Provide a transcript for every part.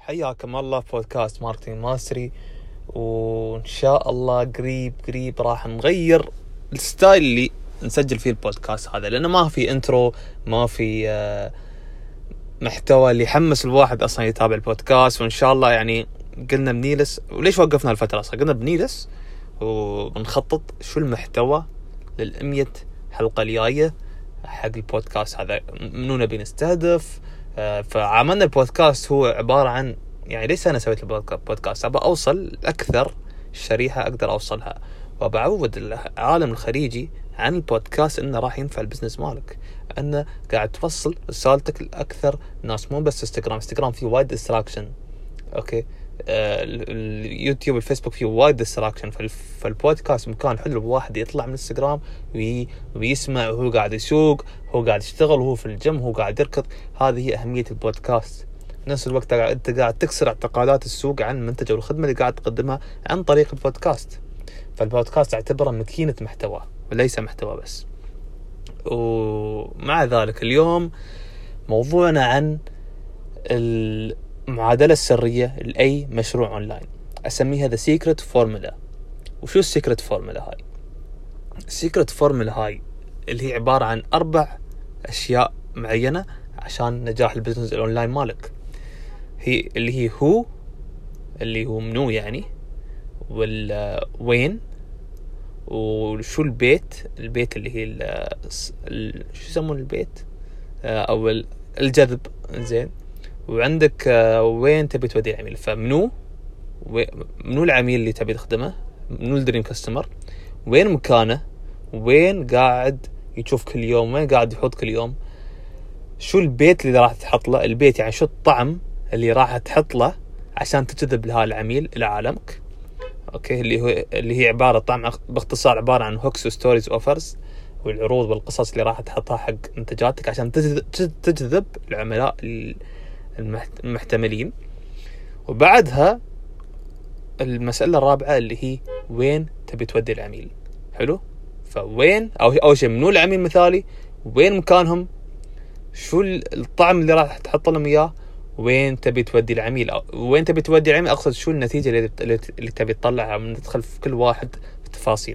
حياكم الله في بودكاست ماركتينج ماستري. وإن شاء الله قريب راح نغير الستايل اللي نسجل فيه البودكاست هذا، لأنه ما في انترو، ما في محتوى اللي يحمس الواحد أصلا يتابع البودكاست. وإن شاء الله يعني قلنا بنيلس، وليش وقفنا الفترة أصلا؟ قلنا بنيلس ونخطط شو المحتوى لل100 حلقة الجاية حق البودكاست هذا، منو نبي نستهدف. فعملنا البودكاست هو عبارة عن، يعني ليش أنا سويت البودكاست؟ أبغى أوصل أكثر شريحة أقدر أوصلها، وبعود العالم الخليجي عن البودكاست إنه راح ينفع البزنس مالك، إنه قاعد توصل رسالتك لأكثر ناس، مو بس انستغرام فيه وايد ديستراكشن، أوكي. اليوتيوب الفيسبوك فيه وايد ديستراكشن، فالبودكاست مكان حلو الواحد يطلع من الانستغرام ويسمع وهو قاعد يسوق، هو قاعد يشتغل، وهو في الجيم، هو قاعد يركض. هذه هي أهمية البودكاست. نفس الوقت أنت قاعد تكسر اعتقادات السوق عن المنتج أو الخدمة اللي قاعد تقدمها عن طريق البودكاست. فالبودكاست اعتبره ماكينة محتوى وليس محتوى بس. ومع ذلك اليوم موضوعنا عن المعادلة السرية لأي مشروع أونلاين، أسميها The Secret Formula. وشو السيكرت فورمولا هاي؟ السيكرت فورمولا هاي اللي هي عبارة عن 4 أشياء معينة عشان نجاح البزنس الأونلاين مالك. هي اللي هو منو يعني، والوين، وشو البيت اللي هي شو يسمون البيت، أو الجذب، زين. وعندك وين تبي تودي العميل، فمنو العميل اللي تبي تخدمه، منو الدريم كاستمر، وين مكانه، وين قاعد يشوف كل يوم، وين قاعد يحط كل يوم، شو البيت اللي راح تحط له، البيت يعني شو الطعم اللي راح تحط له عشان تجذب لها العميل إلى عالمك، اوكي. اللي هي عبارة طعم باختصار عبارة عن هوكس وستوريز اوفرز، والعروض والقصص اللي راح تحطها حق منتجاتك عشان تجذب العملاء المحتملين. وبعدها المسألة الرابعة اللي هي وين تبي تودي العميل. حلو. فوين أول شيء منو العميل مثالي، وين مكانهم، شو الطعم اللي راح تحط لهم إياه، وين تبي تودي العميل. وين تبي تودي العميل أقصد شو النتيجة اللي تبي تطلعها، من ندخل في كل واحد في التفاصيل.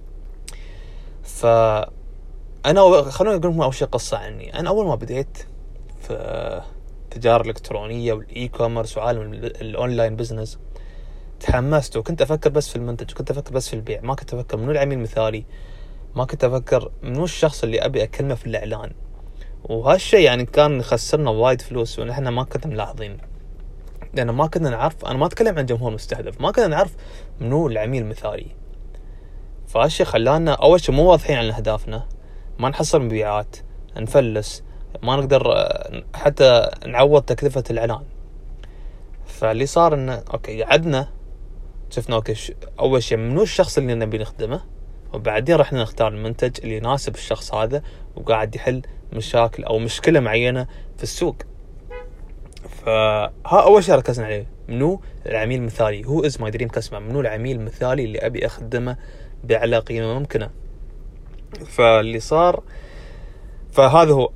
فأنا خلوني أقول لكم أول شيء قصة عني. أنا أول ما بديت في التجارة الإلكترونية والإي كوميرس وعالم الأونلاين بزنس، تحمست وكنت أفكر بس في المنتج، وكنت أفكر بس في البيع، ما كنت أفكر منو العميل المثالي، ما كنت أفكر منو الشخص اللي أبي أكلمه في الإعلان. وهالشيء يعني كان يخسرنا وايد فلوس، ونحن ما كنا ملاحظين، لأن ما كنا نعرف. أنا ما أتكلم عن جمهور مستهدف، ما كنا نعرف منو العميل المثالي. فهالشيء خلانا أول شيء مو واضحين عن أهدافنا، ما نحصل مبيعات، نفلس، ما نقدر حتى نعوض تكلفة الإعلان. فاللي صار إنه أوكي عدنا شفنا أوكي أول شيء منو الشخص اللي نبي نخدمه، وبعدين رحنا نختار المنتج اللي يناسب الشخص هذا وقاعد يحل مشاكل أو مشكلة معينة في السوق. فها أول شيء ركزنا عليه، منو العميل المثالي، هو is my dream customer، منو العميل المثالي اللي أبي أخدمه بأعلى قيمة ممكنة. فاللي صار، فهذا هو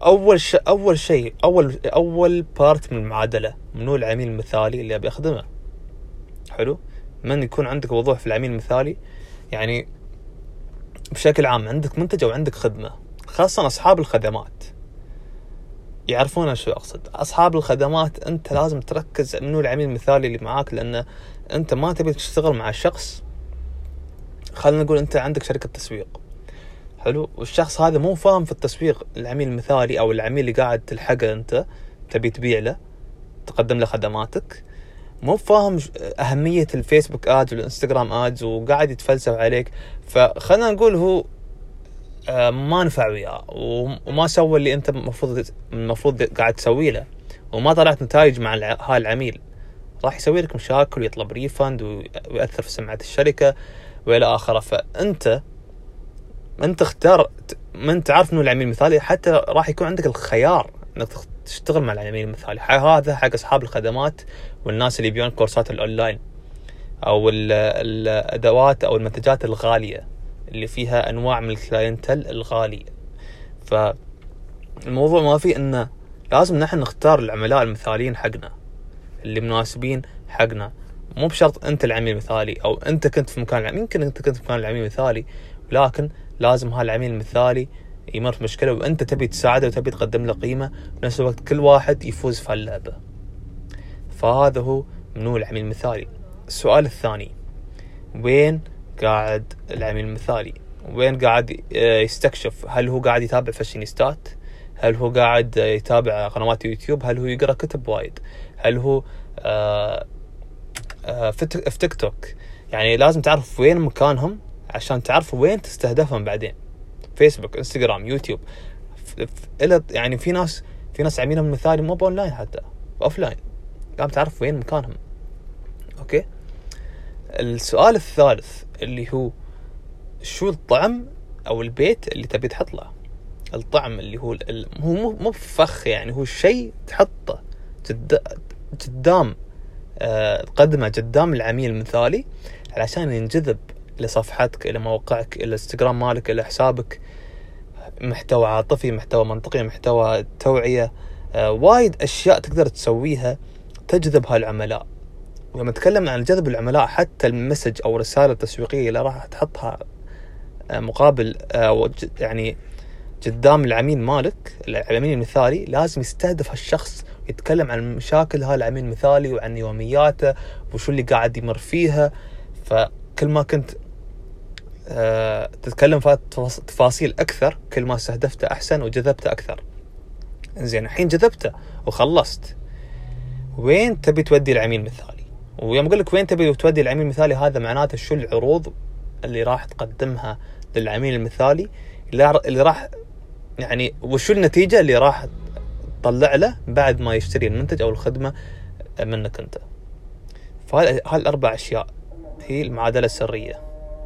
أول بارت من المعادلة، منو العميل المثالي اللي أبي أخدمه. حلو. من يكون عندك وضوح في العميل المثالي، يعني بشكل عام عندك منتج أو عندك خدمة، خاصة أصحاب الخدمات يعرفون شو أقصد. أصحاب الخدمات أنت لازم تركز منو العميل المثالي اللي معاك، لأن أنت ما تبي تشتغل مع شخص، خلينا نقول أنت عندك شركة تسويق، حلو، والشخص هذا مو فاهم في التسويق. العميل المثالي أو العميل اللي قاعد تلحقه أنت تبي تبيع له، تقدم له خدماتك، مو فاهم أهمية الفيسبوك آدز والإنستغرام آدز، وقاعد يتفلسف عليك. فخلنا نقول هو ما نفع وياه، وما سوى اللي أنت المفروض قاعد تسوي له، وما طلعت نتائج مع هاي العميل، راح يسوي لك مشاكل ويطلب ريفند ويأثر في سمعة الشركة وإلى آخره. فأنت اختار، من تعرف إنه العميل المثالي، حتى راح يكون عندك الخيار إنك تشتغل مع العميل المثالي. هذا حق أصحاب الخدمات والناس اللي يبيعون كورسات الأونلاين، أو الأدوات أو المنتجات الغالية اللي فيها أنواع من الكلاينتل الغالي. فالموضوع ما فيه إنه لازم نحن نختار العملاء المثاليين حقنا، اللي مناسبين حقنا. مو بشرط انت العميل المثالي او انت كنت في مكان العميل، يمكن انت كنت في مكان العميل المثالي، ولكن لازم هالعميل المثالي يمر في مشكلة وانت تبي تساعده وتبي تقدم له قيمة، بنفس الوقت كل واحد يفوز في هاللعبة. فهذا هو منو العميل المثالي. السؤال الثاني، وين قاعد العميل المثالي؟ وين قاعد يستكشف؟ هل هو قاعد يتابع فاشينيستات؟ هل هو قاعد يتابع قنوات يوتيوب؟ هل هو يقرأ كتب وايد؟ هل هو في تيك توك؟ يعني لازم تعرف وين مكانهم عشان تعرف وين تستهدفهم بعدين. فيسبوك، انستغرام، يوتيوب. يعني في ناس عميلهم المثالي مو بأونلاين، حتى أوفلاين. لازم تعرف وين مكانهم. أوكي. السؤال الثالث اللي هو شو الطعم أو البيت اللي تبي تحط له؟ الطعم اللي هو هو مو فخ، يعني هو شيء تحطه قدام قدمه قدام العميل المثالي علشان ينجذب لصفحتك، إلى موقعك، إلى انستغرام مالك، إلى حسابك. محتوى عاطفي، محتوى منطقي، محتوى توعية، وايد أشياء تقدر تسويها تجذب هالعملاء. ولما نتكلم عن جذب العملاء، حتى المسج أو رسالة تسويقية اللي راح تحطها مقابل يعني قدام العميل مالك، العميل المثالي، لازم يستهدف هالشخص، يتكلم عن مشاكل هالعميل المثالي وعن يومياته وشو اللي قاعد يمر فيها. فكل ما كنت تتكلم في تفاصيل أكثر، كل ما استهدفته أحسن وجذبته أكثر. زين، الحين جذبته وخلصت، وين تبي تودي العميل المثالي؟ ويوم أقول لك وين تبي تودي العميل المثالي، هذا معناته شو العروض اللي راح تقدمها للعميل المثالي، اللي راح يعني وشو النتيجة اللي راح تطلع له بعد ما يشتري المنتج أو الخدمة منك أنت. فهالأربع أشياء هي المعادلة السرية.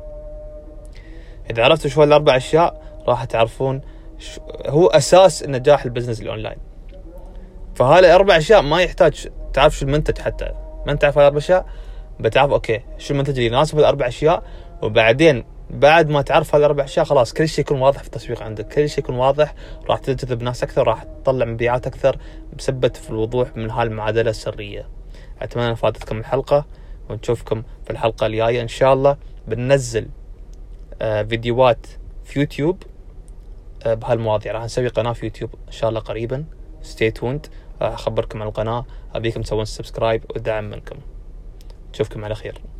إذا عرفتوا شو هالأربع أشياء راح تعرفون هو أساس نجاح البزنس الأونلاين. فهالأربع أشياء ما يحتاج تعرف شو المنتج، حتى ما أنت تعرف هالأربع أشياء بتعرف أوكي شو المنتج اللي يناسب هالأربع أشياء. وبعدين بعد ما تعرف هالأربع أشياء خلاص كل شيء يكون واضح في التسويق عندك، كل شيء يكون واضح، راح تجذب ناس أكثر، راح تطلع مبيعات أكثر بسبب في الوضوح من هالمعادلة السرية. أتمنى فاتتكم الحلقة، ونشوفكم في الحلقة الجاية إن شاء الله. بننزل فيديوهات في يوتيوب بهالمواضيع، راح نسوي قناة في يوتيوب إن شاء الله قريبا. stay tuned، راح أخبركم عن القناة، أبيكم تسوون سبسكرايب ودعم منكم. نشوفكم على خير.